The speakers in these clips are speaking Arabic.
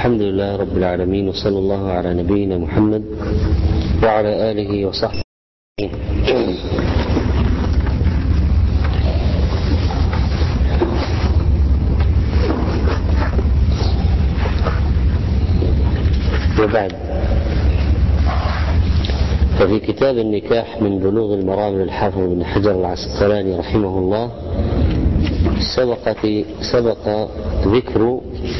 الحمد لله رب العالمين، وصلى الله على نبينا محمد وعلى آله وصحبه. وبعد، ففي كتاب النكاح من بلوغ المرام للحافظ بن حجر العسقلاني رحمه الله سبق ذكر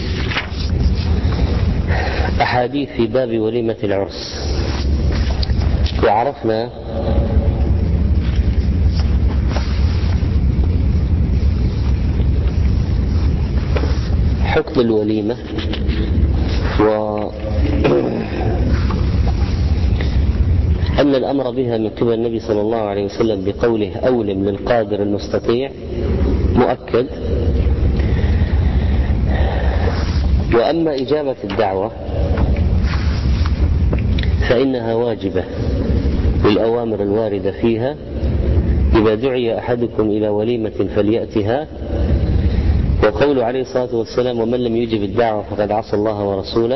أحاديث في باب وليمة العرس، وعرفنا حكم الوليمة أن الأمر بها من قبل النبي صلى الله عليه وسلم بقوله أولم للقادر المستطيع مؤكد. وأما إجابة الدعوة فإنها واجبة بالأوامر الواردة فيها. إذا دعي أحدكم إلى وليمة فليأتها، وقول عليه الصلاة والسلام ومن لم يجب الدعوة فقد عصى الله ورسوله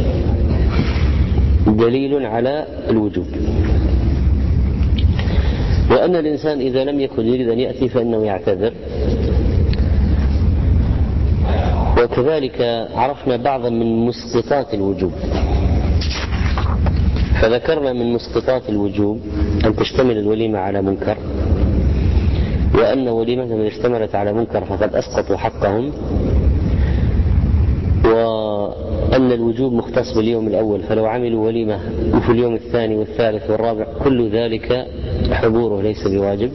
دليل على الوجوب، وأن الإنسان إذا لم يكن يريد أن يأتي فإنه يعتذر. وكذلك عرفنا بعضا من مسقطات الوجوب، فذكرنا من مسقطات الوجوب أن تشتمل الوليمة على منكر، وأن وليمة من اشتملت على منكر فقد أسقطوا حقهم، وأن الوجوب مختص باليوم الأول، فلو عملوا وليمة في اليوم الثاني والثالث والرابع كل ذلك حضوره ليس بواجب،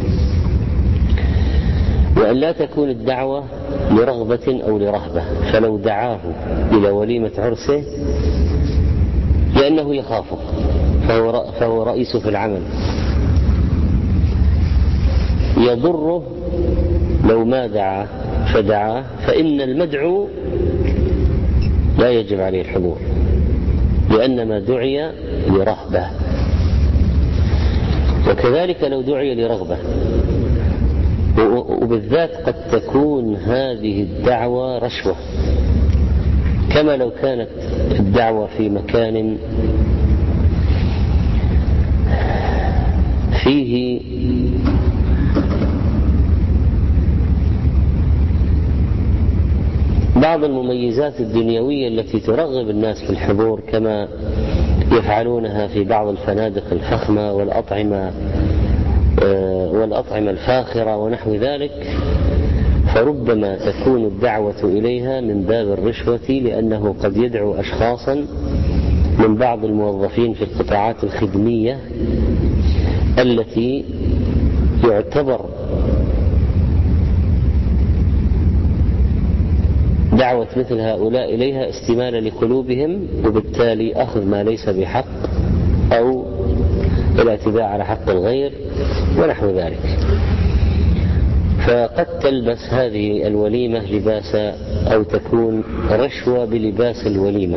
وأن لا تكون الدعوة لرغبة أو لرهبة، فلو دعاه إلى وليمة عرسه لأنه يخافه فهو رئيس في العمل، يضره لو ما دعاه فدعاه، فإن المدعو لا يجب عليه الحضور لأن ما دعي لرهبة. وكذلك لو دعي لرغبة، وبالذات قد تكون هذه الدعوة رشوة، كما لو كانت الدعوة في مكان فيه بعض المميزات الدنيوية التي ترغب الناس في الحضور، كما يفعلونها في بعض الفنادق الفخمة والأطعمة الفاخرة ونحو ذلك، فربما تكون الدعوة إليها من باب الرشوة، لأنه قد يدعو أشخاصا من بعض الموظفين في القطاعات الخدمية التي يعتبر دعوة مثل هؤلاء إليها استمالة لقلوبهم، وبالتالي أخذ ما ليس بحق أو الاعتداء على حق الغير ونحو ذلك. فقد تلبس هذه الوليمة لباس أو تكون رشوة بلباس الوليمة.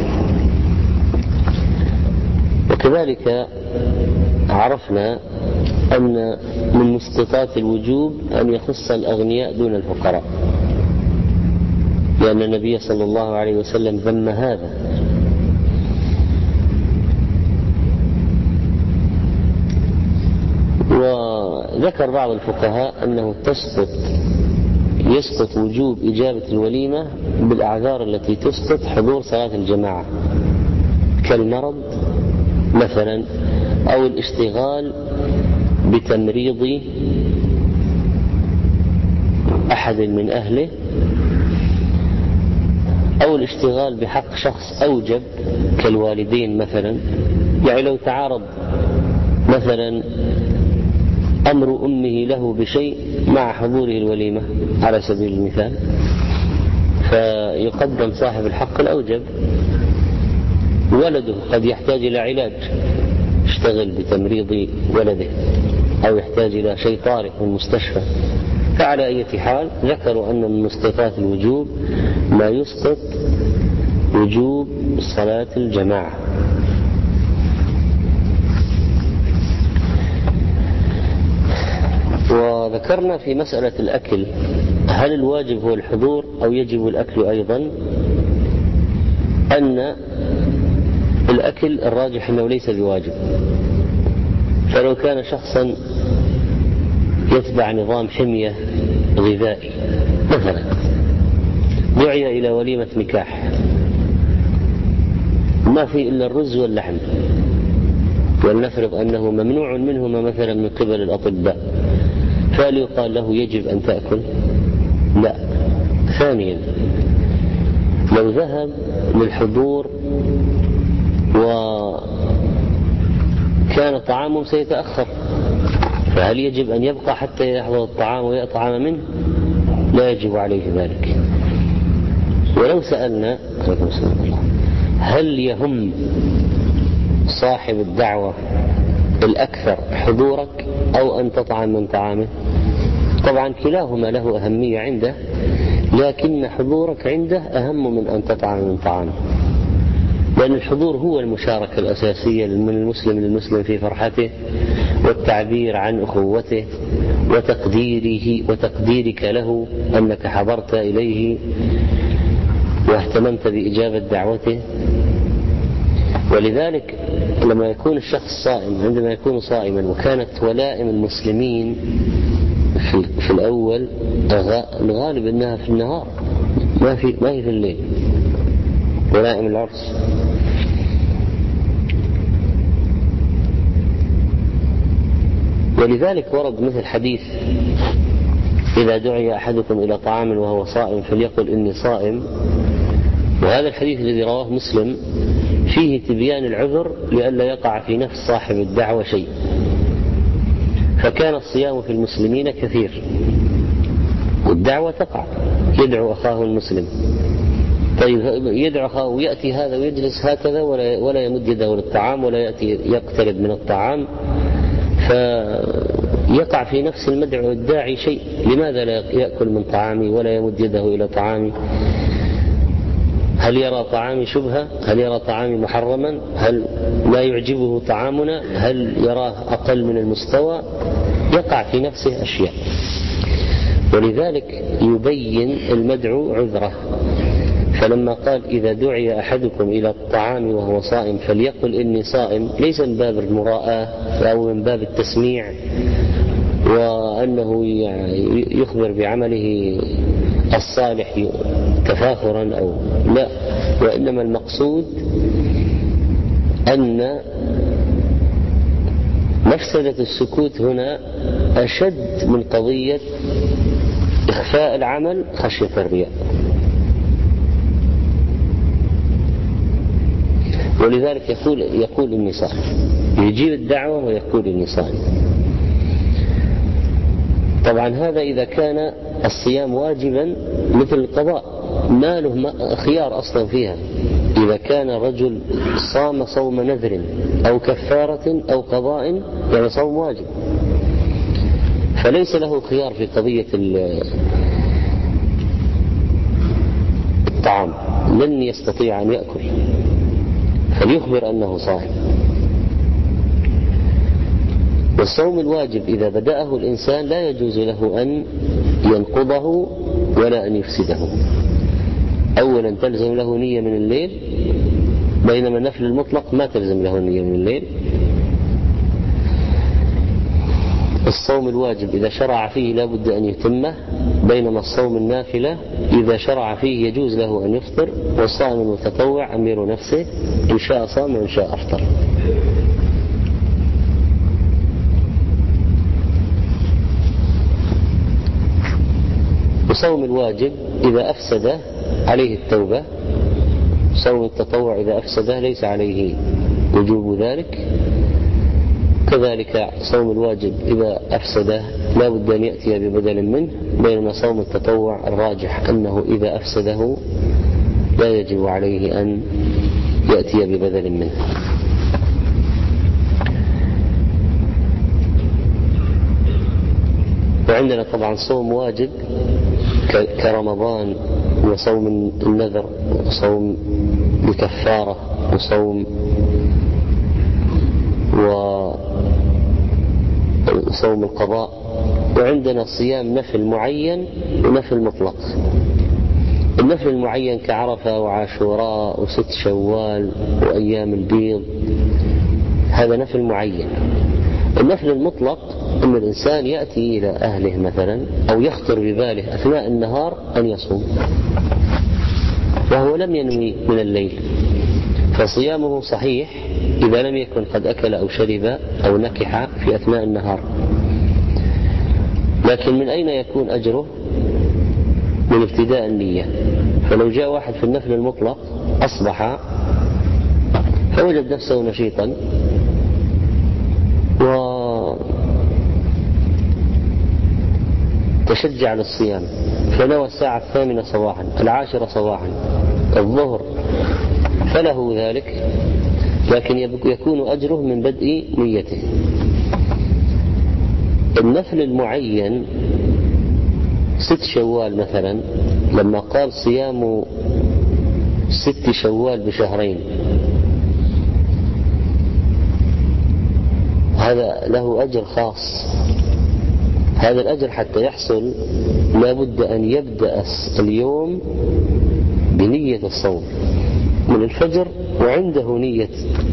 وكذلك عرفنا أن من مسقطات الوجوب أن يخص الأغنياء دون الفقراء، لأن النبي صلى الله عليه وسلم ذم هذا. وذكر بعض الفقهاء أنه يسقط وجوب إجابة الوليمة بالأعذار التي تسقط حضور صلاة الجماعة، كالمرض مثلا، أو الاشتغال بتمريض أحد من أهله، أو الاشتغال بحق شخص أوجب كالوالدين مثلا. يعني لو تعارض مثلا أمر أمه له بشيء مع حضوره الوليمة على سبيل المثال، فيقدم صاحب الحق الأوجب. ولده قد يحتاج إلى علاج، يشتغل بتمريض ولده، أو يحتاج إلى شيء طارئ في المستشفى. فعلى أي حال ذكروا أن من مسقطات الوجوب ما يسقط وجوب صلاة الجماعة. وذكرنا في مسألة الأكل هل الواجب هو الحضور أو يجب الأكل أيضا؟ أن الأكل الراجح أنه ليس بواجب. فلو كان شخصا يتبع نظام حمية غذائي مثلا، دعي إلى وليمة نكاح ما في إلا الرز واللحم، ولنفرض أنه ممنوع منهما مثلا من قبل الأطباء، فهل يقال له يجب أن تأكل؟ لا. ثانيا، لو ذهب للحضور وكان طعامه سيتأخر، فهل يجب أن يبقى حتى يحضر الطعام ويطعم منه؟ لا يجب عليه ذلك. ولو سألنا هل يهم صاحب الدعوة الأكثر حضورك أو أن تطعم من طعامه؟ طبعا كلاهما له أهمية عنده، لكن حضورك عنده أهم من أن تطعم من طعامه، لأن الحضور هو المشاركة الأساسية من المسلم للمسلم في فرحته والتعبير عن أخوته وتقديرك له أنك حضرت إليه واهتممت بإجابة دعوته. ولذلك لما يكون الشخص صائم، عندما يكون صائما وكانت ولائم المسلمين في الأول الغالب أنها في النهار، ما هي في الليل، ولائم العرس. ولذلك ورد مثل حديث إذا دعي أحدكم إلى طعام وهو صائم فليقل إني صائم، وهذا الحديث الذي رواه مسلم فيه تبيان العذر لئلا يقع في نفس صاحب الدعوة شيء. فكان الصيام في المسلمين كثير والدعوة تقع، يدعو أخاه المسلم، طيب يدعو أخاه ويأتي هذا ويجلس هكذا ولا يمد يده للطعام ولا يأتي يقترب من الطعام، فيقع في نفس المدعو الداعي شيء، لماذا لا يأكل من طعامي ولا يمد يده إلى طعامي؟ هل يرى طعامي شبهة؟ هل يرى طعامي محرما؟ هل لا يعجبه طعامنا؟ هل يراه أقل من المستوى؟ يقع في نفسه أشياء. ولذلك يبين المدعو عذره، فلما قال إذا دعي أحدكم إلى الطعام وهو صائم فليقل إني صائم، ليس من باب المراءة أو من باب التسميع وأنه يخبر بعمله الصالح تفاخرا أو لا، وإنما المقصود أن مفسدة السكوت هنا أشد من قضية إخفاء العمل خشية الرياء. ولذلك يقول إني صائم، يجيب الدعوة ويقول إني صائم. طبعا هذا إذا كان الصيام واجبا مثل القضاء ما له خيار أصلا فيها. إذا كان رجل صام صوم نذر أو كفارة أو قضاء يعني صوم واجب، فليس له خيار في قضية الطعام، لن يستطيع أن يأكل، فليخبر أنه صائم. والصوم الواجب إذا بدأه الإنسان لا يجوز له أن ينقضه ولا أن يفسده. أولا تلزم له نية من الليل، بينما النفل المطلق ما تلزم له نية من الليل. الصوم الواجب إذا شرع فيه لا بد أن يتمه، بينما الصوم النافلة إذا شرع فيه يجوز له أن يفطر. والصائم المتطوع أمير نفسه، إن شاء صام وإن شاء أفطر. وصوم الواجب إذا أفسد عليه التوبة، صوم التطوع إذا أفسده ليس عليه وجوب ذلك. كذلك صوم الواجب إذا أفسده لا بد أن يأتي ببدل منه، بينما صوم التطوع الراجح أنه إذا أفسده لا يجب عليه أن يأتي ببدل منه. وعندنا طبعا صوم واجب كرمضان وصوم النذر وصوم الكفارة وصوم القضاء. وعندنا صيام نفل معين ونفل مطلق. النفل المعين كعرفة وعاشوراء وست شوال وأيام البيض هذا نفل معين. النفل المطلق أن الإنسان يأتي إلى أهله مثلا أو يخطر بباله أثناء النهار أن يصوم وهو لم ينوي من الليل، فصيامه صحيح إذا لم يكن قد أكل أو شرب أو نكح في أثناء النهار. لكن من أين يكون أجره؟ من ابتداء النية. فلو جاء واحد في النفل المطلق أصبح فوجد نفسه نشيطا وتشجع للصيام فنوى الساعة 8 صباحا 10 صباحا الظهر فله ذلك، لكن يكون أجره من بدء نيته. النفل المعين 6 شوال مثلا لما قال صيام 6 شوال بشهرين هذا له أجر خاص. هذا الأجر حتى يحصل لا بد أن يبدأ اليوم بنية الصوم من الفجر وعنده نية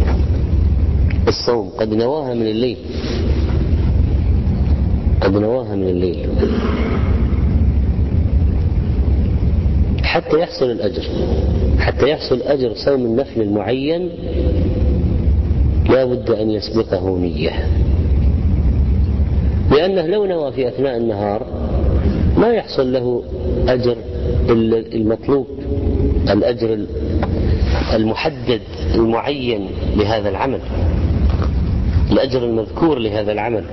الصوم قد نواها من الليل، قد نواها من الليل حتى يحصل الأجر. حتى يحصل أجر صوم النفل المعين لا بد أن يسبقه نية، لأنه لو نوى في أثناء النهار ما يحصل له أجر المطلوب، الأجر المحدد المعين لهذا العمل، الأجر المذكور لهذا العمل.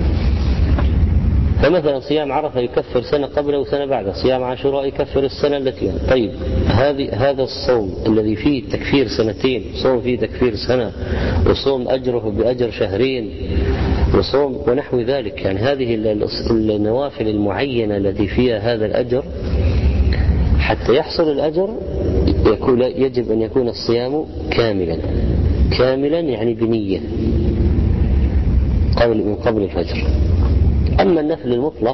فمثلا صيام عرفة يكفر سنة قبله وسنة بعده، صيام عاشوراء يكفر السنة التي طيب هذا الصوم الذي فيه تكفير سنتين، صوم فيه تكفير سنة، وصوم أجره بأجر شهرين، وصوم ونحو ذلك. يعني هذه النوافل المعينة التي فيها هذا الأجر حتى يحصل الأجر يجب أن يكون الصيام كاملا يعني بنية من قبل الفجر. أما النفل المطلق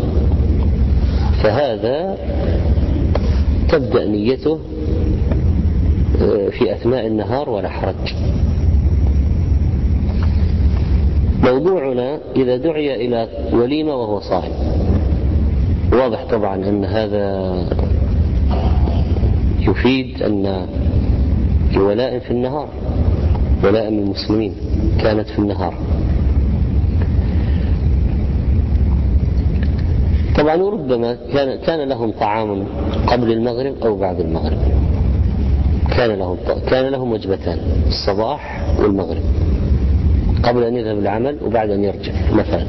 فهذا تبدأ نيته في أثناء النهار ولا حرج. موضوعنا إذا دعي إلى وليمة وهو صائم، واضح طبعا أن هذا يفيد أن الولائم في النهار، ولائم المسلمين كانت في النهار. طبعا وربما كان لهم طعام قبل المغرب أو بعد المغرب، كان لهم وجبتان الصباح والمغرب، قبل أن يذهب العمل وبعد أن يرجع مثلا.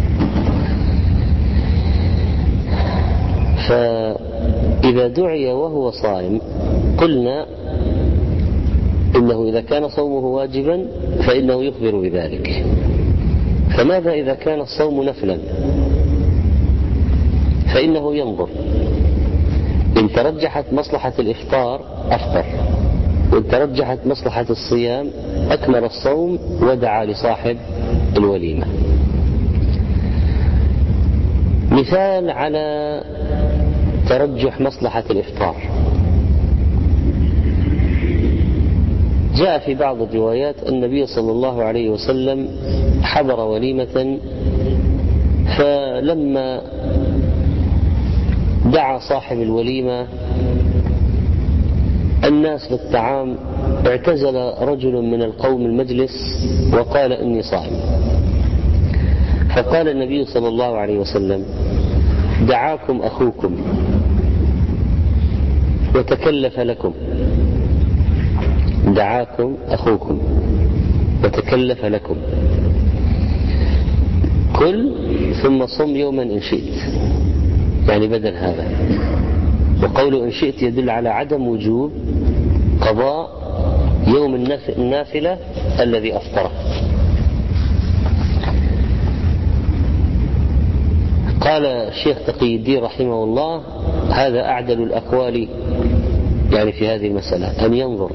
فإذا دعي وهو صائم قلنا إنه إذا كان صومه واجبا فإنه يخبر بذلك. فماذا إذا كان الصوم نفلا؟ فإنه ينظر، إن ترجحت مصلحة الإفطار أفطر، وإن ترجحت مصلحة الصيام أكمل الصوم ودعا لصاحب الوليمة. مثال على ترجح مصلحة الإفطار: جاء في بعض الروايات النبي صلى الله عليه وسلم حضر وليمة، فلما دعا صاحب الوليمة الناس بالطعام اعتزل رجل من القوم المجلس وقال إني صائم. فقال النبي صلى الله عليه وسلم: دعاكم أخوكم وتكلف لكم، دعاكم أخوكم وتكلف لكم، كل ثم صم يوما إن شئت، يعني بدل هذا. وقوله إن شئت يدل على عدم وجوب قضاء يوم النافلة الذي أفطره. قال الشيخ تقي الدين رحمه الله: هذا أعدل الأقوال يعني في هذه المسألة، أن ينظر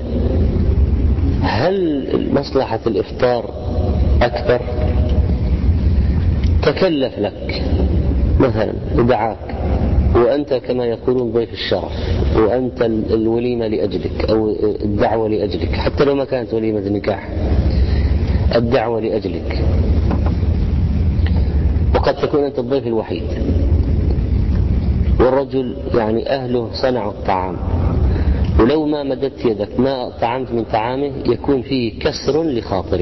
هل مصلحة الإفطار أكثر؟ تكلف لك مثلا ودعاك وأنت كما يقولون ضيف الشرف، وأنت الوليمة لأجلك أو الدعوة لأجلك، حتى لو ما كانت وليمة النكاح الدعوة لأجلك، وقد تكون أنت الضيف الوحيد، والرجل يعني أهله صنعوا الطعام، ولو ما مددت يدك ما طعمت من طعامه يكون فيه كسر لخاطره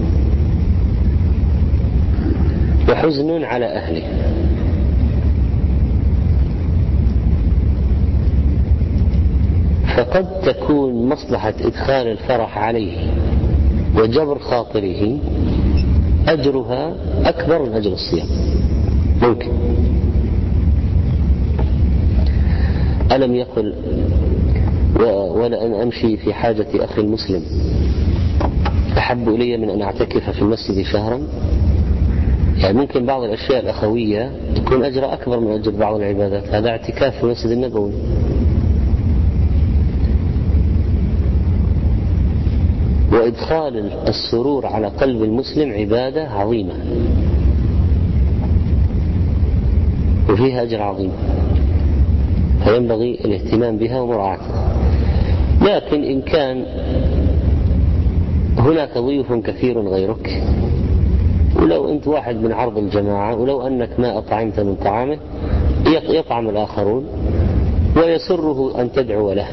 وحزن على أهله. فقد تكون مصلحة إدخال الفرح عليه وجبر خاطره أجرها أكبر من أجر الصيام، ممكن. ألم يقل ولأن أمشي في حاجة أخي المسلم أحب إلي من أن أعتكف في المسجد شهرا؟ يعني ممكن بعض الأشياء الأخوية تكون أجر أكبر من أجر بعض العبادات. هذا اعتكاف في المسجد النبوي. وإدخال السرور على قلب المسلم عبادة عظيمة وفيها أجر عظيم، فينبغي الاهتمام بها ومراعاتها. لكن إن كان هناك ضيوف كثير غيرك، ولو أنت واحد من عرض الجماعة، ولو أنك ما أطعمت من طعامه يطعم الآخرون ويسره أن تدعو له.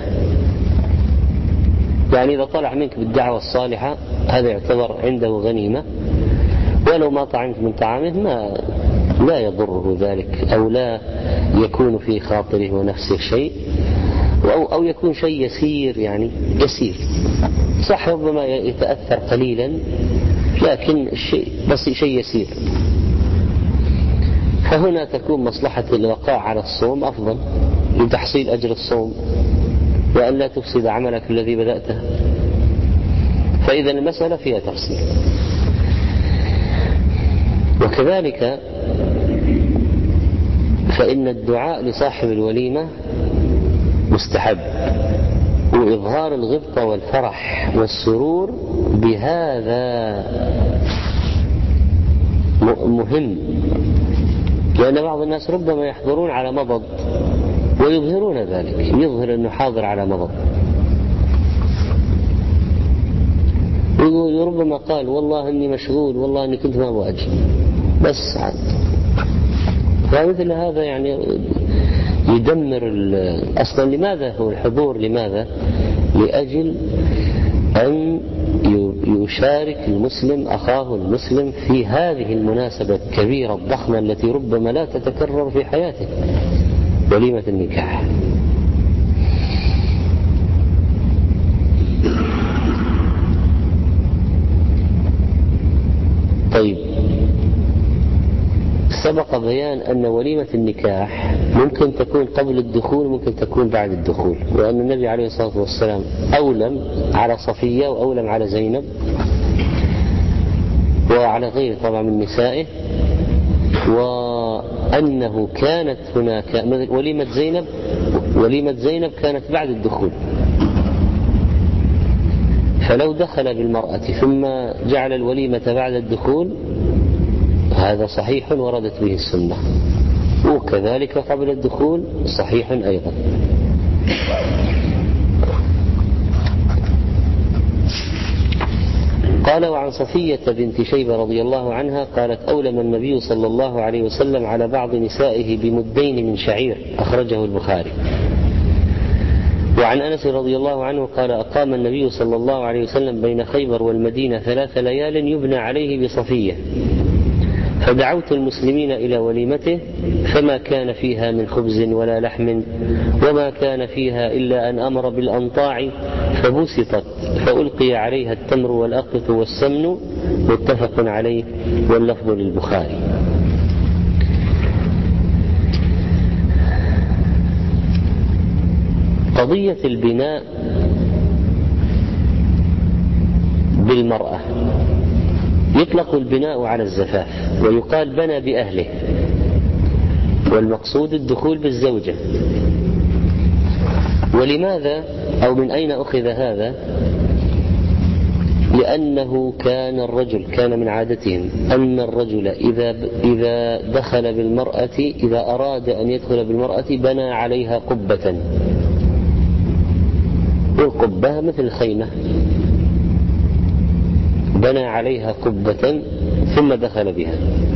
يعني إذا طلع منك بالدعوة الصالحة هذا يعتبر عنده غنيمة، ولو ما طعمت من طعامه لا يضره ذلك، أو لا يكون في خاطره ونفسه شيء، أو يكون شيء يسير، يعني يسير صح، ربما يتأثر قليلا لكن شيء يسير. فهنا تكون مصلحة الوقاء على الصوم أفضل لتحصيل أجر الصوم، وأن لا تفسد عملك الذي بدأته. فإذا المسألة فيها تفصيل. وكذلك فإن الدعاء لصاحب الوليمة مستحب، وإظهار الغبطة والفرح والسرور بهذا مهم، لأن بعض الناس ربما يحضرون على مضض ويظهرون ذلك، يظهر أنه حاضر على مضض، وربما قال والله أني مشغول، والله أني كنت ما أبغى أجي بس عاد. فمثل هذا يعني يدمر أصلا. لماذا هو الحضور؟ لماذا؟ لأجل أن يشارك المسلم أخاه المسلم في هذه المناسبة الكبيرة الضخمة التي ربما لا تتكرر في حياته، وليمة النكاح. طيب، سبق بيان أن وليمة النكاح ممكن تكون قبل الدخول، ممكن تكون بعد الدخول، وأن النبي عليه الصلاة والسلام أولم على صفية وأولم على زينب وعلى غيره طبعا من نسائه، وأنه كانت هناك وليمة زينب كانت بعد الدخول، فلو دخل بالمرأة ثم جعل الوليمة بعد الدخول هذا صحيح وردت به السنة، وكذلك قبل الدخول صحيح أيضا. قال: وعن صفية بنت شيبة رضي الله عنها قالت: أولم النبي صلى الله عليه وسلم على بعض نسائه بمدين من شعير، أخرجه البخاري. وعن أنس رضي الله عنه قال: أقام النبي صلى الله عليه وسلم بين خيبر والمدينة 3 ليال يبنى عليه بصفية، فدعوت المسلمين إلى وليمته، فما كان فيها من خبز ولا لحم، وما كان فيها إلا أن أمر بالأنطاع فبسطت فألقي عليها التمر والأقط والسمن، متفق عليه، واللفظ للبخاري. قضية البناء بالمرأة، يطلق البناء على الزفاف ويقال بنى بأهله، والمقصود الدخول بالزوجة. ولماذا أو من أين أخذ هذا؟ لأنه كان من عادتهم أن الرجل إذا دخل بالمرأة، إذا أراد أن يدخل بالمرأة بنى عليها قبة، والقبة مثل الخيمة، بنى عليها قبة ثم دخل بها.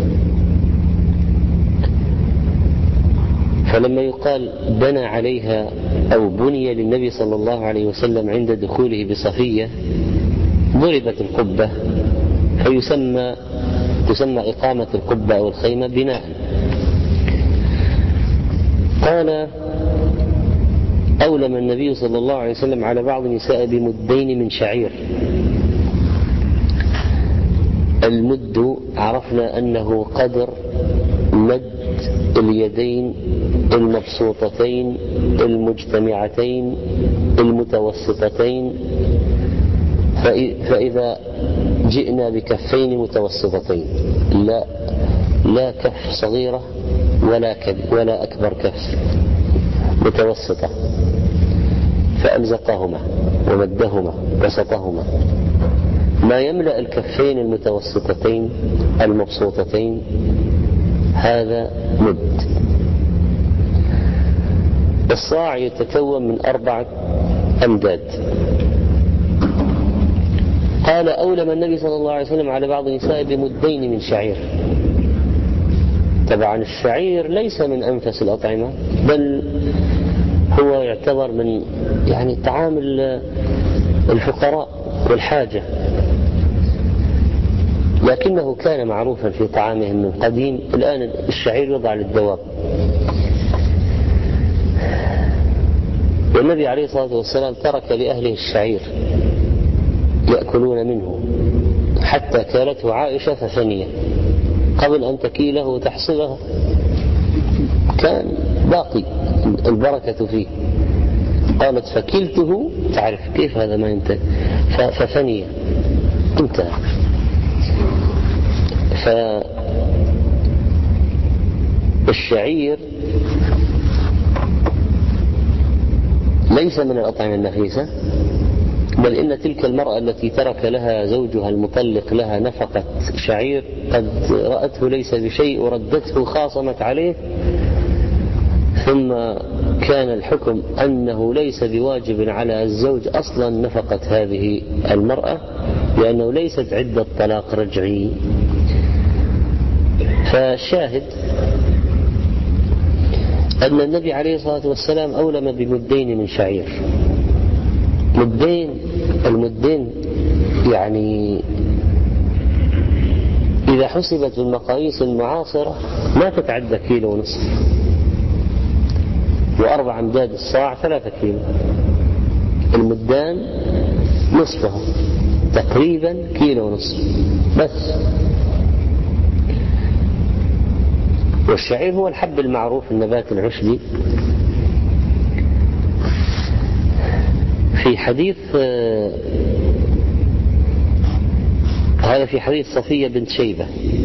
فلما يقال بنى عليها أو بني للنبي صلى الله عليه وسلم عند دخوله بصفية ضربت القبة، تسمى إقامة القبة أو الخيمة بناء. قال أولم النبي صلى الله عليه وسلم على بعض النساء بمدين من شعير. المد عرفنا أنه قدر مد اليدين المبسوطتين المجتمعتين المتوسطتين، فإذا جئنا بكفين متوسطتين، لا كف صغيرة ولا أكبر كف، متوسطة، فألزقهما ومدهما وسطهما ما يملأ الكفين المتوسطتين المبسوطتين، هذا مد. الصاع يتكون من 4 أمداد. قال أولم النبي صلى الله عليه وسلم على بعض النساء بمدين من شعير. طبعا الشعير ليس من أنفس الأطعمة، بل هو يعتبر من طعام الفقراء والحاجة، لكنه كان معروفا في طعامهم من قديم. الآن الشعير يوضع للدواب، والنبي عليه الصلاة والسلام ترك لأهله الشعير يأكلون منه حتى كالته عائشة ففني قبل أن تكيله وتحصله، كان باقي البركة فيه. قالت فكلته، تعرف كيف هذا ما ينتهي، ففني انتهى. فالشعير ليس من الأطعمة النفيسة، بل إن تلك المرأة التي ترك لها زوجها المطلق لها نفقة شعير قد رأته ليس بشيء وردته خاصمت عليه، ثم كان الحكم أنه ليس بواجب على الزوج أصلا نفقة هذه المرأة، لأنه ليست عدة طلاق رجعي. فالشاهد أن النبي عليه الصلاة والسلام أولم بمدين من شعير. المدين إذا حسبت بالمقاييس المعاصرة ما تتعدى 1.5 كيلو، و4 أمداد الصاع 3 كيلو، المدان نصفها تقريبا 1.5 كيلو بس. والشعير هو الحب المعروف النبات العشبي. في حديث هذا في حديث صفية بنت شيبة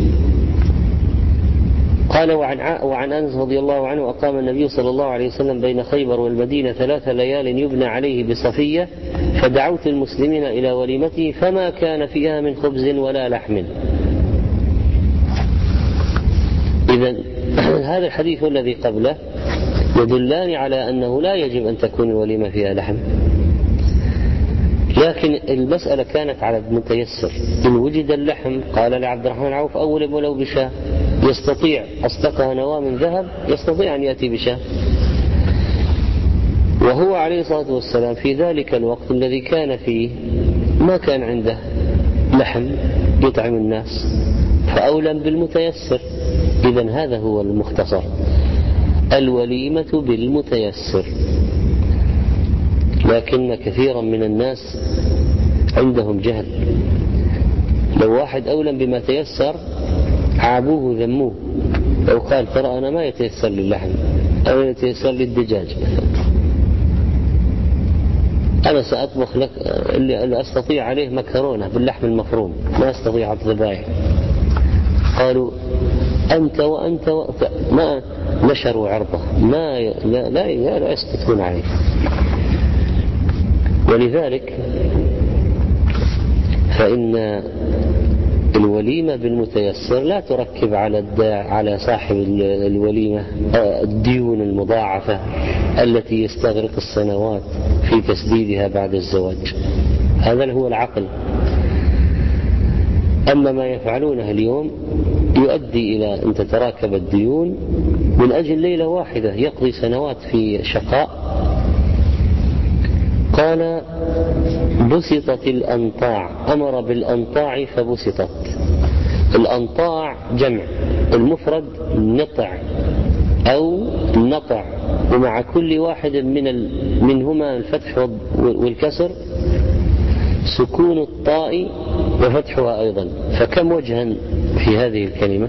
قال وعن أنس رضي الله عنه أقام النبي صلى الله عليه وسلم بين خيبر والمدينة 3 ليال يبنى عليه بصفية، فدعوت المسلمين إلى وليمته فما كان فيها من خبز ولا لحم. إذن هذا الحديث الذي قبله يدلان على أنه لا يجب أن تكون الوليمة فيها لحم، لكن المسألة كانت على المتيسر. إن وجد اللحم قال لعبد الرحمن عوف أولم ولو بشاة، يستطيع أصدقها نواة من ذهب، يستطيع أن يأتي بشاة. وهو عليه الصلاة والسلام في ذلك الوقت الذي كان فيه ما كان عنده لحم يطعم الناس، فأولم بالمتيسر. إذن هذا هو المختصر، الوليمة بالمتيسر. لكن كثيرا من الناس عندهم جهل، لو واحد أولم بما تيسر عابوه ذموه، لو قال ترى أنا ما يتيسر للحم، أنا يتيسر للدجاج، أنا سأطبخ لك اللي أستطيع عليه مكرونة باللحم المفروم، ما أستطيع الضبائع. قالوا أنت وأنت ما نشروا عرضه، لا يسكتون عليه. ولذلك فإن الوليمة بالمتيسر لا تركب على صاحب الوليمة الديون المضاعفة التي يستغرق السنوات في تسديدها بعد الزواج. هذا هو العقل. أما ما يفعلونه اليوم يؤدي إلى أن تتراكب الديون من أجل ليلة واحدة، يقضي سنوات في شقاء. قال بسطت الأنطاع، أمر بالأنطاع فبسطت. الأنطاع جمع، المفرد نطع أو نطع، ومع كل واحد منهما الفتح والكسر، سكون الطاء وفتحها أيضا. فكم وجها في هذه الكلمة؟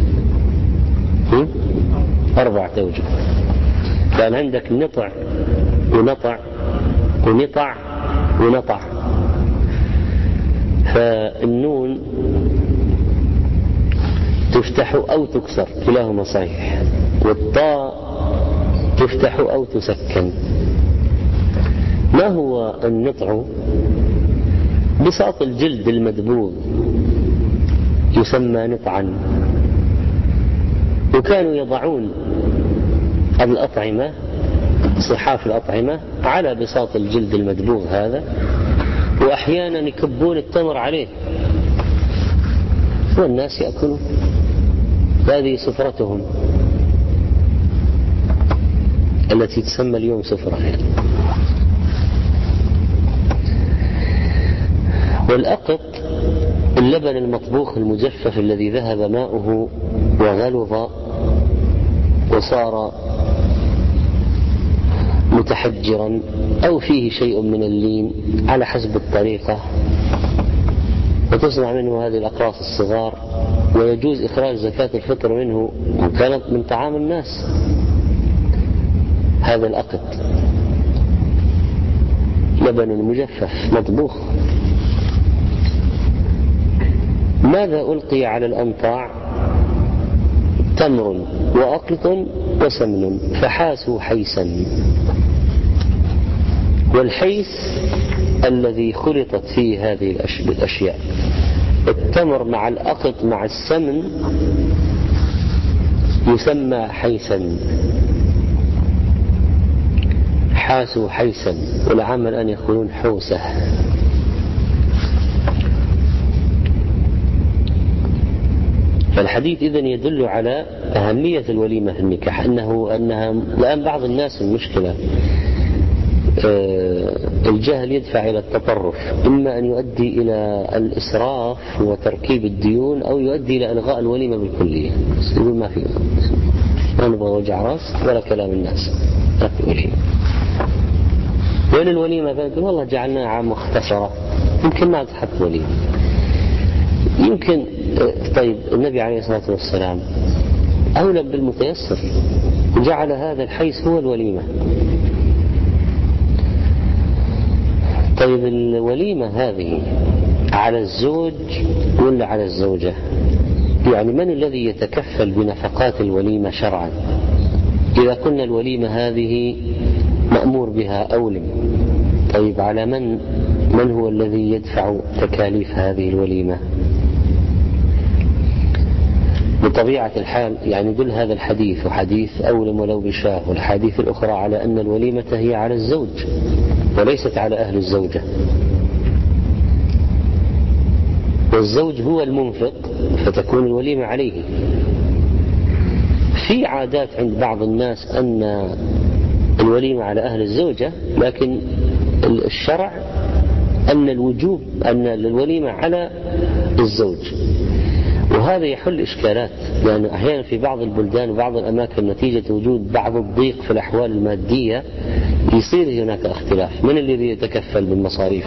4 أوجه. كان عندك نطع ونطع ونطع ونطع. فالنون تفتح أو تكسر، كلاهما صحيح، والطاء تفتح أو تسكن. ما هو النطع؟ بساط الجلد المدبوغ يسمى نطعا. وكانوا يضعون الأطعمة، صحاف الأطعمة، على بساط الجلد المدبوغ هذا، وأحيانا يكبون التمر عليه والناس يأكلون. هذه سفرتهم التي تسمى اليوم سفرة. والأقط اللبن المطبوخ المجفف الذي ذهب ماؤه وغلظ وصار متحجرا أو فيه شيء من اللين على حسب الطريقة، وتصنع منه هذه الأقراص الصغار، ويجوز إخراج زكاة الفطر منه وكانت من طعام الناس. هذا الأقط لبن مجفف مطبوخ. ماذا ألقي على الأنطاع؟ تمر وأقط وسمن، فحاسوا حيسا. والحيس الذي خلطت فيه هذه الأشياء، التمر مع الأقط مع السمن يسمى حيسا. حاسوا حيسا، والعام الآن يقولون حوسة. فالحديث إذن يدل على أهمية الوليمة في النكاح، أنها الآن بعض الناس المشكلة الجهل يدفع إلى التطرف، إما أن يؤدي إلى الإسراف وتركيب الديون، أو يؤدي إلى إلغاء الوليمة بالكلية. يقول ما في، ما نبغى وجع راس ولا كلام الناس، ما في وليمة. وين الوليمة؟ فيقول والله جعلناها عام مختصرة، يمكن ما تحط وليمة، يمكن. طيب النبي عليه الصلاة والسلام أولى بالمتيسر، وجعل هذا الحيث هو الوليمة. طيب الوليمة هذه على الزوج ولا على الزوجة؟ يعني من الذي يتكفل بنفقات الوليمة شرعا؟ إذا قلنا الوليمة هذه مأمور بها أولم، طيب على من هو الذي يدفع تكاليف هذه الوليمة؟ بطبيعة الحال يعني يدل هذا الحديث وحديث أولم ولو بشاه والحديث الأخرى على أن الوليمة هي على الزوج وليست على أهل الزوجة، والزوج هو المنفق فتكون الوليمة عليه. في عادات عند بعض الناس أن الوليمة على أهل الزوجة، لكن الشرع أن الوجوب أن الوليمة على الزوج، وهذا يحل إشكالات، لأن أحيانا في بعض البلدان وبعض الأماكن نتيجة وجود بعض الضيق في الأحوال المادية يصير هناك اختلاف، من الذي يتكفل بالمصاريف؟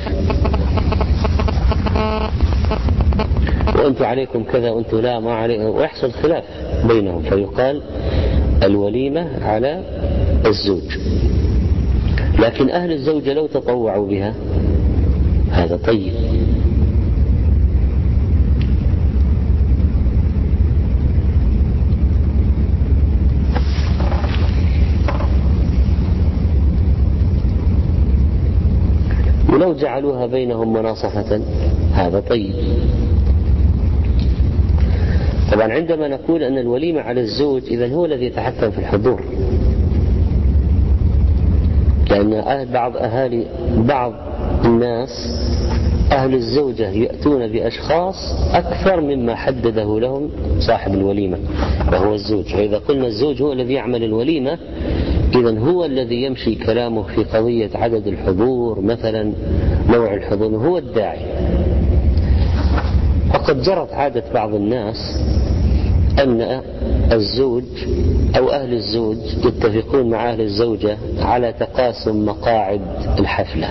وأنتم عليكم كذا وأنتم لا ما عليكم، ويحصل خلاف بينهم، فيقال الوليمة على الزوج. لكن أهل الزوجة لو تطوعوا بها هذا طيب. ولو جعلوها بينهم مناصفة هذا طيب. طبعا عندما نقول أن الوليمة على الزوج إذن هو الذي يتحكم في الحضور، لأن بعض الناس أهل الزوجة يأتون بأشخاص أكثر مما حدده لهم صاحب الوليمة وهو الزوج. فإذا قلنا الزوج هو الذي يعمل الوليمة إذن هو الذي يمشي كلامه في قضية عدد الحضور مثلا، نوع الحضور، هو الداعي. وقد جرت عادة بعض الناس أن الزوج أو أهل الزوج يتفقون مع أهل الزوجة على تقاسم مقاعد الحفلة،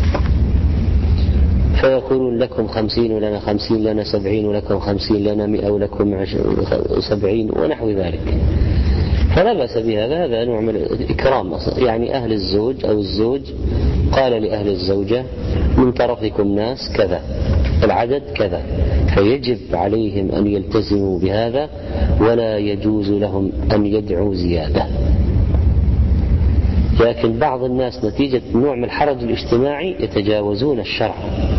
فيقولون لكم 50 ولنا 50، لنا 70 ولكم 50، لنا 100 ولكم 70 ونحو ذلك. فلا بأس بهذا، هذا نوع من الإكرام. يعني أهل الزوج أو الزوج قال لأهل الزوجة من طرفكم ناس كذا، العدد كذا، فيجب عليهم أن يلتزموا بهذا ولا يجوز لهم أن يدعوا زيادة. لكن بعض الناس نتيجة نوع من الحرج الاجتماعي يتجاوزون الشرع،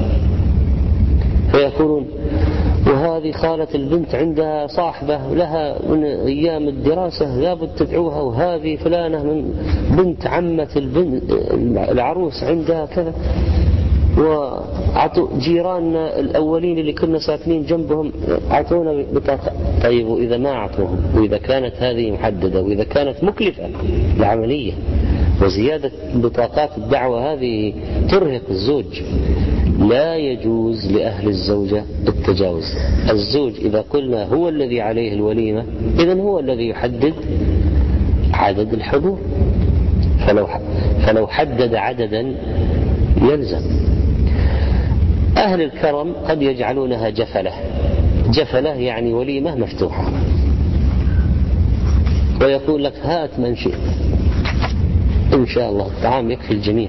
فيقولون وهذه خالة البنت عندها صاحبة لها من أيام الدراسة لابد تدعوها، وهذه فلانة من بنت عمة العروس عندها كذا، وعطوا جيراننا الأولين اللي كنا ساكنين جنبهم عطونا بطاقة. طيب وإذا ما عطوهم، وإذا كانت هذه محددة، وإذا كانت مكلفة العملية، وزيادة بطاقات الدعوة هذه ترهق الزوج، لا يجوز لأهل الزوجة التجاوز. الزوج إذا قلنا هو الذي عليه الوليمة إذن هو الذي يحدد عدد الحضور، فلو حدد عددا يلزم. أهل الكرم قد يجعلونها جفلة يعني وليمة مفتوحة، ويقول لك هات من شئت إن شاء الله الطعام يكفي الجميع.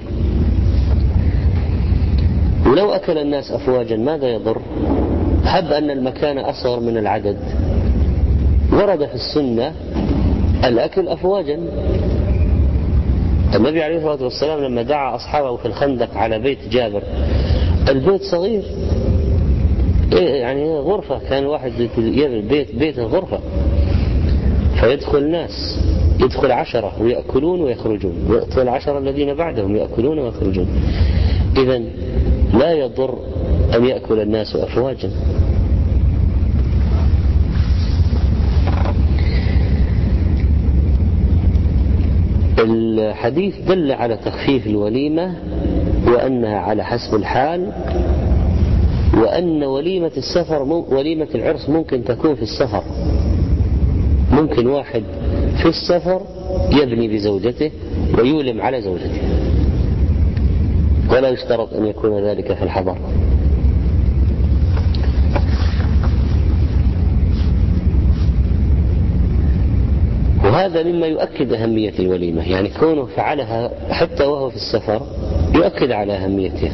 ولو أكل الناس أفواجا ماذا يضر؟ هب أن المكان أصغر من العدد، ورد في السنة الأكل أفواجا. النبي عليه الصلاة والسلام لما دعا أصحابه في الخندق على بيت جابر، البيت صغير، يعني غرفة، كان واحد بيت الغرفة، فيدخل الناس، يدخل 10 ويأكلون ويخرجون، ويدخل 10 الذين بعدهم يأكلون ويخرجون. إذن لا يضر أن يأكل الناس أفواجا. الحديث دل على تخفيف الوليمة وأنها على حسب الحال، وأن وليمة السفر وليمة العرس ممكن تكون في السفر. ممكن واحد في السفر يبني بزوجته ويولم على زوجته، ولا يشترط أن يكون ذلك في الحضر. وهذا مما يؤكد أهمية الوليمة، يعني كونه فعلها حتى وهو في السفر يؤكد على أهميتها.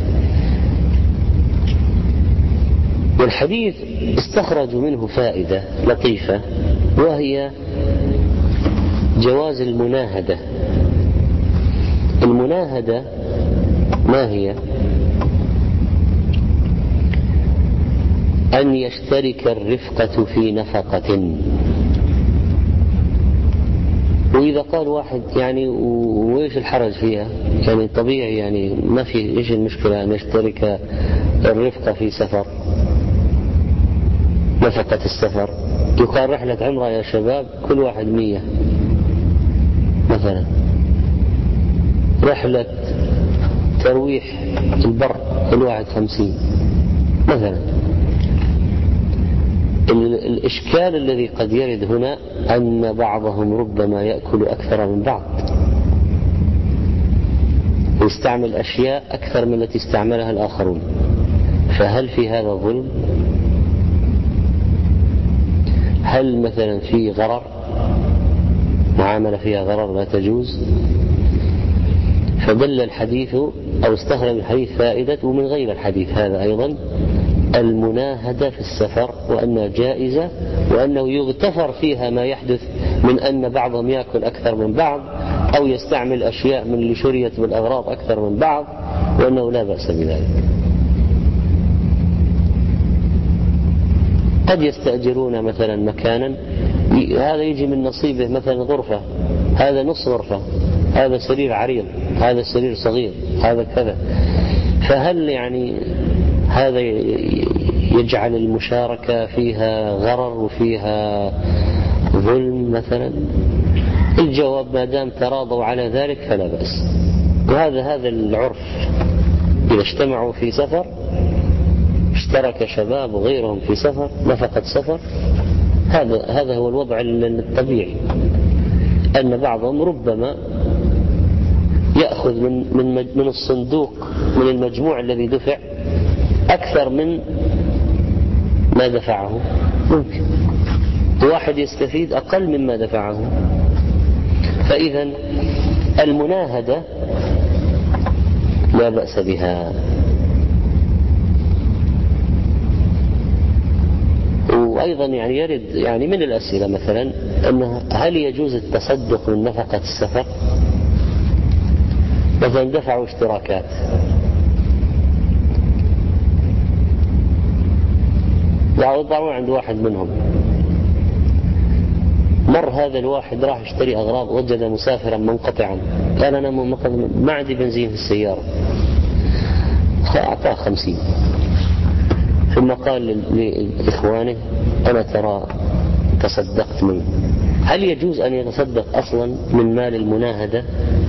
والحديث استخرج منه فائدة لطيفة، وهي جواز المناهدة. المناهدة ما هي؟ أن يشترك الرفقة في نفقة. وإذا قال واحد يعني وإيش الحرج فيها، يعني طبيعي، يعني ما في إيش المشكلة أن يشترك الرفقة في سفر، نفقة السفر. يقال رحلة عمرة يا شباب كل واحد 100 مثلا، رحلة ترويح البر كل واحد 50 مثلا. الإشكال الذي قد يرد هنا أن بعضهم ربما يأكل أكثر من بعض، ويستعمل أشياء أكثر من التي استعملها الآخرون، فهل في هذا ظلم؟ هل مثلا في غرر، معاملة فيها غرر لا تجوز؟ فدل الحديث أو استخرج الحديث فائدة ومن غير الحديث هذا أيضا المناهدة في السفر، وأنها جائزة، وأنه يغتفر فيها ما يحدث من أن بعضهم يأكل أكثر من بعض أو يستعمل أشياء من اللي شريت بالأغراض أكثر من بعض، وأنه لا بأس بذلك. قد يستأجرون مثلا مكانا، هذا يجي من نصيبه مثلا غرفة، هذا نص غرفة، هذا سرير عريض، هذا سرير صغير، هذا كذا. فهل يعني هذا يجعل المشاركة فيها غرر وفيها ظلم مثلا؟ الجواب ما دام تراضوا على ذلك فلا بأس. وهذا العرف، إذا اجتمعوا في سفر، اشترك شباب وغيرهم في سفر، نفقة سفر، هذا هو الوضع الطبيعي، أن بعضهم ربما يأخذ من الصندوق، من المجموع الذي دفع، أكثر من ما دفعه، ممكن واحد يستفيد أقل مما دفعه. فإذا المناهدة لا بأس بها. وأيضا يعني يرد يعني من الأسئلة مثلا أنه هل يجوز التصدق من نفقة السفر؟ مثلا دفعوا اشتراكات، ضعوا عند واحد منهم، مر هذا الواحد راح يشتري أغراض، وجد مسافرا منقطعا، قال أنا ما عندي بنزين في السيارة، أعطاه 50، ثم قال لإخوانه أنا ترى تصدقت منه. هل يجوز أن يتصدق أصلا من مال المناهدة؟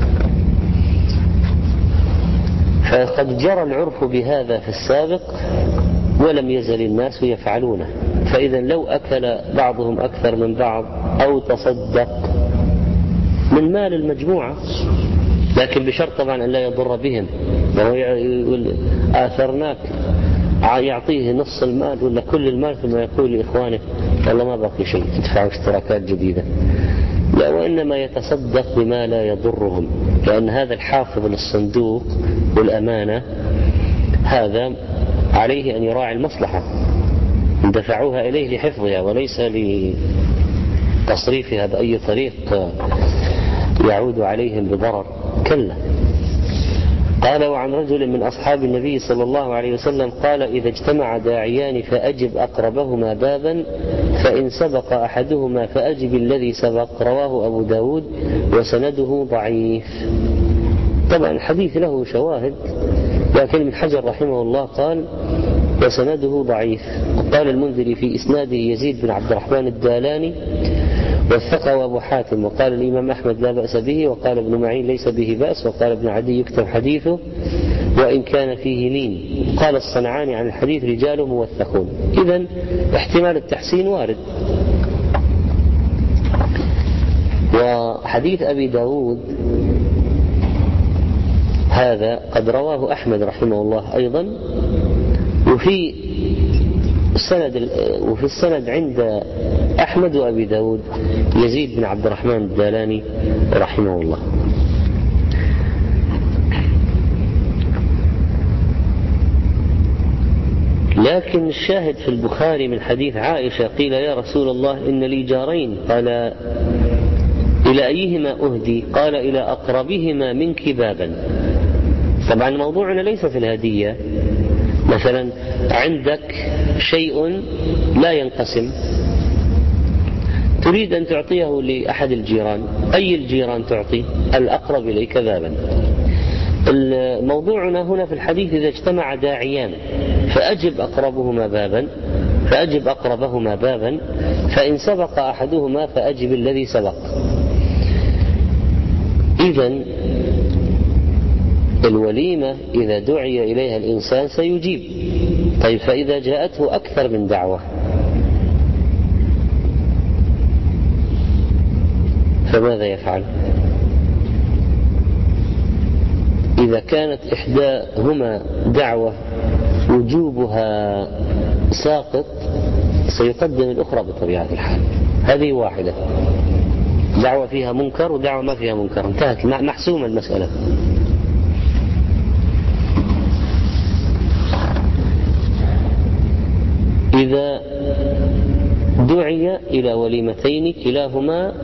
فقد جرى العرف بهذا في السابق ولم يزل الناس يفعلونه. فإذا لو أكل بعضهم أكثر من بعض أو تصدق من مال المجموعة، لكن بشرط طبعا أن لا يضر بهم، وهو يقول آثرناك، يعطيه نص المال ولا كل المال، ثم يقول لإخوانه والله ما بقي شيء، ادفعوا اشتراكات جديدة. لا، وإنما يتصدق بما لا يضرهم، لأن هذا الحافظ للصندوق والأمانة هذا عليه أن يراعي المصلحة، دفعوها إليه لحفظها وليس لتصريفها بأي طريق يعود عليهم بضرر، كلا. قال وعن رجل من أصحاب النبي صلى الله عليه وسلم قال إذا اجتمع داعيان فأجب أقربهما بابا، فإن سبق أحدهما فأجب الذي سبق. رواه أبو داود وسنده ضعيف. طبعا الحديث له شواهد، لكن ابن حجر رحمه الله قال وسنده ضعيف. قال المنذري في إسناده يزيد بن عبد الرحمن الدالاني وثقه أبو حاتم، وقال الإمام أحمد لا بأس به، وقال ابن معين ليس به بأس، وقال ابن عدي يكتب حديثه وإن كان فيه لين. قال الصنعاني عن الحديث رجاله موثقون. إذن احتمال التحسين وارد. وحديث أبي داود هذا قد رواه أحمد رحمه الله أيضا، وفي السند عند أحمد وأبي داود يزيد بن عبد الرحمن الدالاني رحمه الله. لكن الشاهد في البخاري من حديث عائشة قيل يا رسول الله إن لي جارين، قال إلى أيهما أهدي؟ قال إلى أقربهما منك بابا. طبعا موضوعنا ليس في الهدية، مثلا عندك شيء لا ينقسم تريد أن تعطيه لأحد الجيران، أي الجيران تعطي؟ الأقرب إليك بابا. موضوعنا هنا في الحديث إذا اجتمع داعيان فأجب أقربهما بابا، فإن سبق أحدهما فأجب الذي سبق. إذن الوليمة إذا دعي إليها الإنسان سيجيب. طيب فإذا جاءته أكثر من دعوة فماذا يفعل؟ إذا كانت إحداهما دعوة وجوبها ساقط سيقدم الأخرى بطبيعة الحال. هذه واحدة، دعوة فيها منكر ودعوة ما فيها منكر، انتهت محسومة المسألة. إذا دعي إلى وليمتين كلاهما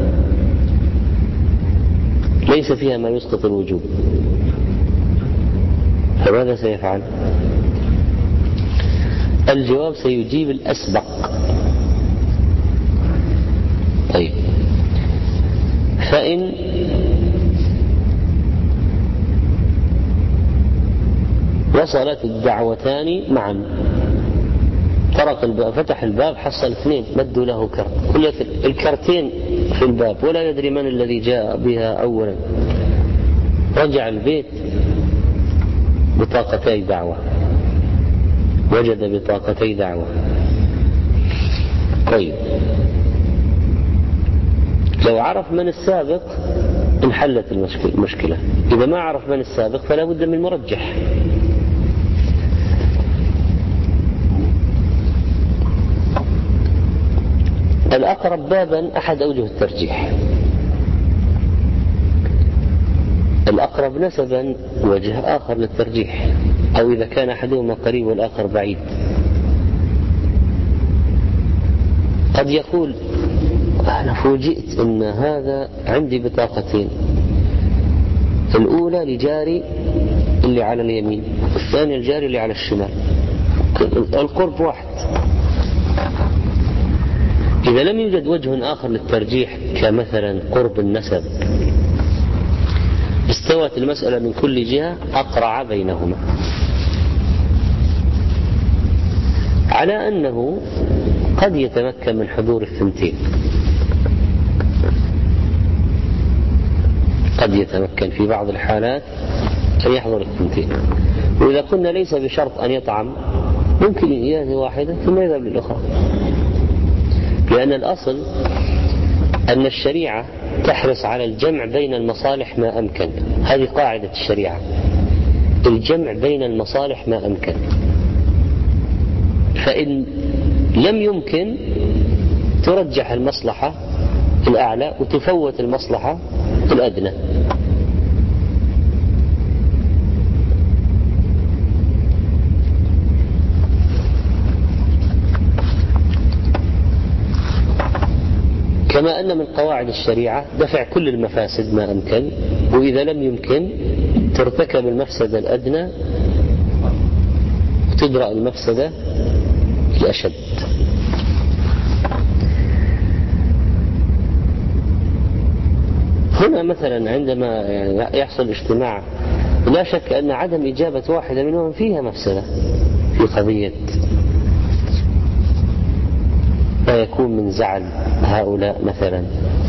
ليس فيها ما يسقط الوجوب، فماذا سيفعل؟ الجواب سيجيب الأسبق. طيب، فإن وصلت الدعوتان معا، طرق الباب، فتح الباب، حصل اثنين مدوا له كرت، كل الكرتين في الباب ولا يدري من الذي جاء بها أولا. رجع البيت بطاقتي دعوة، وجد بطاقتي دعوة. طيب، لو عرف من السابق انحلت المشكلة. إذا ما عرف من السابق فلا بد من مرجح. الأقرب بابا أحد أوجه الترجيح، الأقرب نسبا وجه آخر للترجيح، أو إذا كان أحدهما قريب والآخر بعيد. قد يقول أنا فوجئت أن هذا عندي بطاقتين، الأولى لجاري اللي على اليمين، والثانية الجاري اللي على الشمال، القرب واحد. إذا لم يوجد وجه آخر للترجيح كمثلا قرب النسب، استوت المسألة من كل جهة، أقرع بينهما، على أنه قد يتمكن من حضور الثنتين، قد يتمكن في بعض الحالات أن يحضر الثنتين. وإذا كنا ليس بشرط أن يطعم، ممكن يأتي واحدة ثم يذهب للأخرى، لأن الأصل أن الشريعة تحرص على الجمع بين المصالح ما أمكن. هذه قاعدة الشريعة، الجمع بين المصالح ما أمكن. فإن لم يمكن ترجح المصلحة الأعلى وتفوت المصلحة الأدنى. كما أن من قواعد الشريعة دفع كل المفاسد ما أمكن، وإذا لم يمكن ترتكب المفسدة الأدنى وتدرأ المفسدة الأشد. هنا مثلا عندما يحصل اجتماع، لا شك أن عدم إجابة واحدة منهم فيها مفسدة في قضية لا يكون من زعل هؤلاء مثلا،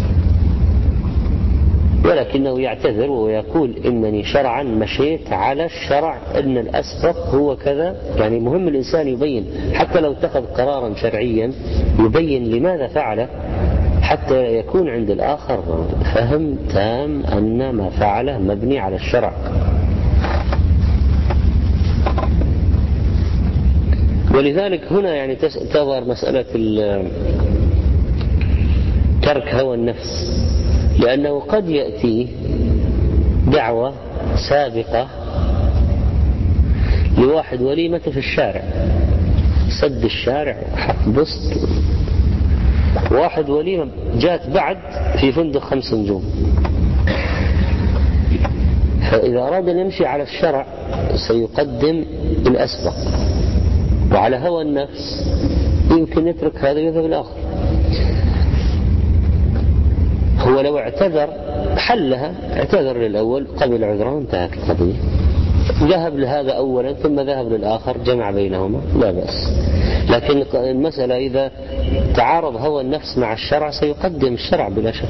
ولكنه يعتذر ويقول إنني شرعا مشيت على الشرع، أن الأسبق هو كذا. يعني مهم الإنسان يبين، حتى لو اتخذ قرارا شرعيا يبين لماذا فعله، حتى يكون عند الآخر فهم تام أن ما فعله مبني على الشرع. ولذلك هنا يعني تظهر مسألة ترك هوى النفس، لأنه قد يأتي دعوة سابقة لواحد وليمة في الشارع، سد الشارع وحط بسط، واحد وليمة جاءت بعد في فندق 5 نجوم. فإذا أراد أن يمشي على الشرع سيقدم الأسبق، وعلى هوى النفس يمكن يترك هذا ويذهب الآخر. هو لو اعتذر حلها، اعتذر للأول قبل عذره وانتهت القضية، ذهب لهذا أولا ثم ذهب للآخر، جمع بينهما لا بأس. لكن المسألة إذا تعارض هوى النفس مع الشرع سيقدم الشرع بلا شك.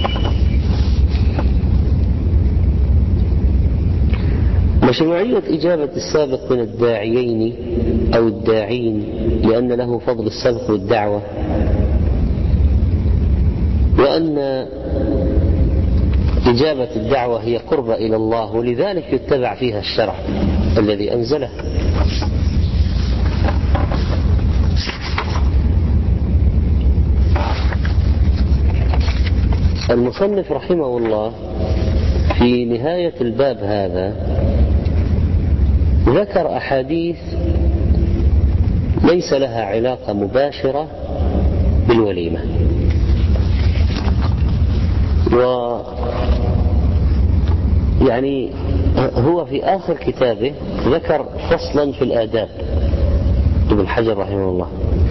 مشروعية إجابة السابق من الداعيين أو الداعين لأن له فضل السبق والدعوة، وأن إجابة الدعوة هي قربة إلى الله، ولذلك يتبع فيها الشرع الذي أنزله. المصنف رحمه الله في نهاية الباب هذا ذكر أحاديث ليس لها علاقة مباشرة بالوليمة، يعني هو في آخر كتابه ذكر فصلا في الآداب، ابن حجر رحمه الله.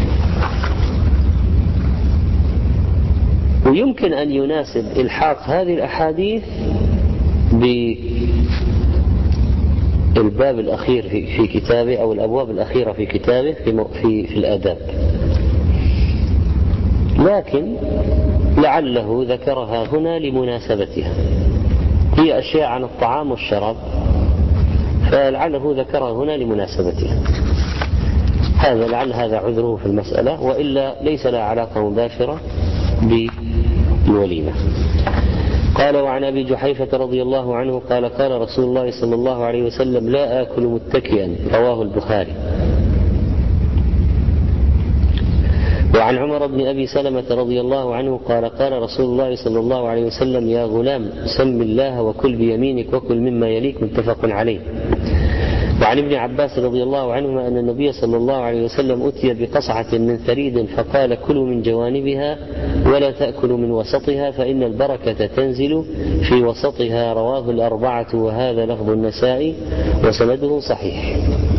ويمكن أن يناسب إلحاق هذه الأحاديث بالباب الأخير في كتابه أو الأبواب الأخيرة في كتابه في الآداب، لكن لعله ذكرها هنا لمناسبتها، هي أشياء عن الطعام والشراب فلعله ذكرها هنا لمناسبتها، لعل هذا عذره في المسألة، وإلا ليس لها علاقة مباشرة بالوليمة. قال: وعن أبي جحيفة رضي الله عنه قال: قال رسول الله صلى الله عليه وسلم: لا آكل متكئا، رواه البخاري. وعن عمر بن أبي سلمة رضي الله عنه قال: قال رسول الله صلى الله عليه وسلم: يا غلام سم الله وكل بيمينك وكل مما يليك، متفق عليه. وعن ابن عباس رضي الله عنهما أن النبي صلى الله عليه وسلم أتي بقصعة من ثريد فقال: كلوا من جوانبها ولا تأكلوا من وسطها فإن البركة تنزل في وسطها، رواه الأربعة، وهذا لفظ النسائي وسنده صحيح.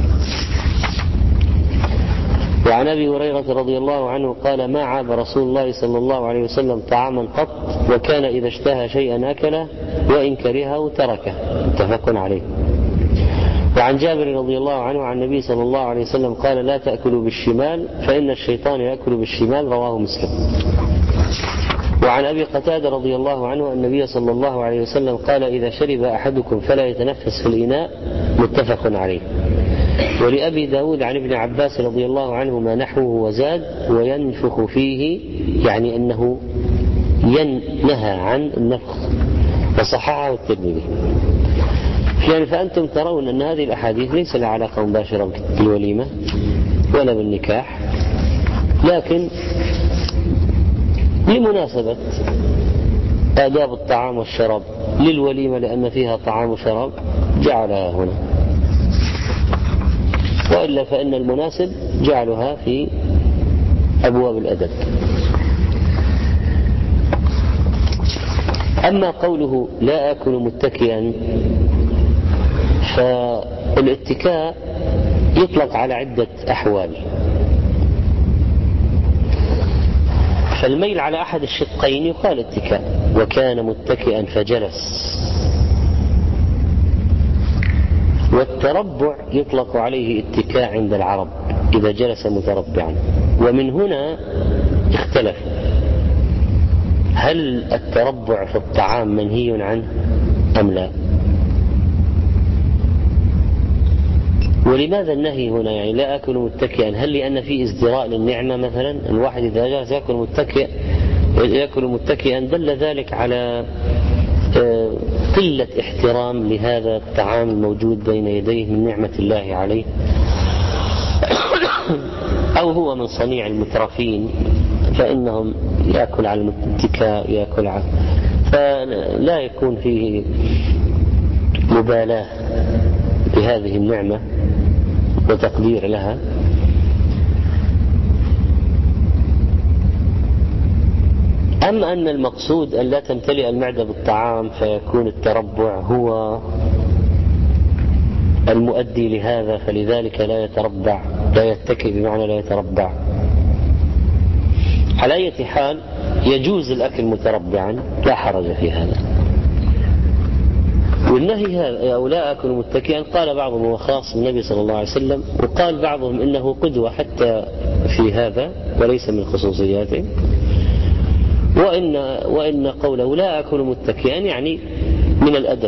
وعن أبي هريرة رضي الله عنه قال: ما عاب رسول الله صلى الله عليه وسلم طعاما قط، وكان إذا اشتهى شيئا أكله وإن كرهه تركه، متفق عليه. وعن جابر رضي الله عنه عن النبي صلى الله عليه وسلم قال: لا تأكلوا بالشمال فإن الشيطان يأكل بالشمال، رواه مسلم. وعن أبي قتادة رضي الله عنه أن النبي صلى الله عليه وسلم قال: إذا شرب أحدكم فلا يتنفس في الإناء، متفق عليه. ولأبي داود عن ابن عباس رضي الله عنهما نحوه وزاد: وينفخ فيه، يعني أنه ينهى عن النفخ، وصححه الترمذي. يعني فأنتم ترون أن هذه الأحاديث ليس لها علاقة مباشرة بالوليمة ولا بالنكاح، لكن لمناسبة آداب الطعام والشراب للوليمة لأن فيها طعام وشراب جعلها هنا، وإلا فإن المناسب جعلها في أبواب الأدب. أما قوله لا آكل متكئا، فالاتكاء يطلق على عدة أحوال، فالميل على أحد الشقين يقال اتكاء، وكان متكئا فجلس. والتربع يطلق عليه اتكاء عند العرب إذا جلس متربعا. ومن هنا اختلف: هل التربع في الطعام منهي عنه أم لا؟ ولماذا النهي هنا؟ يعني لا أكل متكئا، هل لأن فيه ازدراء للنعمة مثلا؟ الواحد إذا جلس يأكل متكئا دل ذلك على قلة احترام لهذا الطعام الموجود بين يديه من نعمة الله عليه، أو هو من صنيع المترفين فإنهم يأكل على الاتكاء، يأكل على، فلا يكون فيه مبالاة بهذه النعمة وتقدير لها. أما أن المقصود أن لا تمتلئ المعدة بالطعام فيكون التربع هو المؤدي لهذا، فلذلك لا يتربع، لا يتكئ بمعنى لا يتربع. على أي حال يجوز الأكل متربعا، لا حرج في هذا. والنهي هذا أو لا أكل متكئا قال بعضهم هو خاص بالنبي صلى الله عليه وسلم، وقال بعضهم إنه قدوة حتى في هذا وليس من خصوصياته. وإن قوله لا أكل متكئا يعني من الأدب،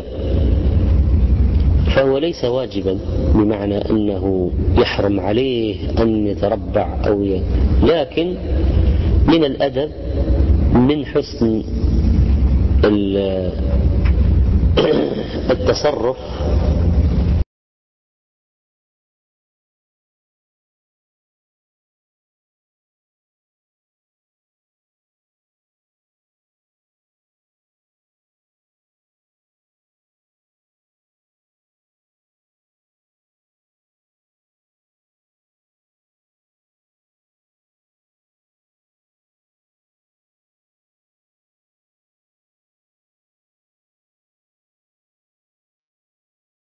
فهو ليس واجبا بمعنى أنه يحرم عليه أن يتربع لكن من الأدب، من حسن التصرف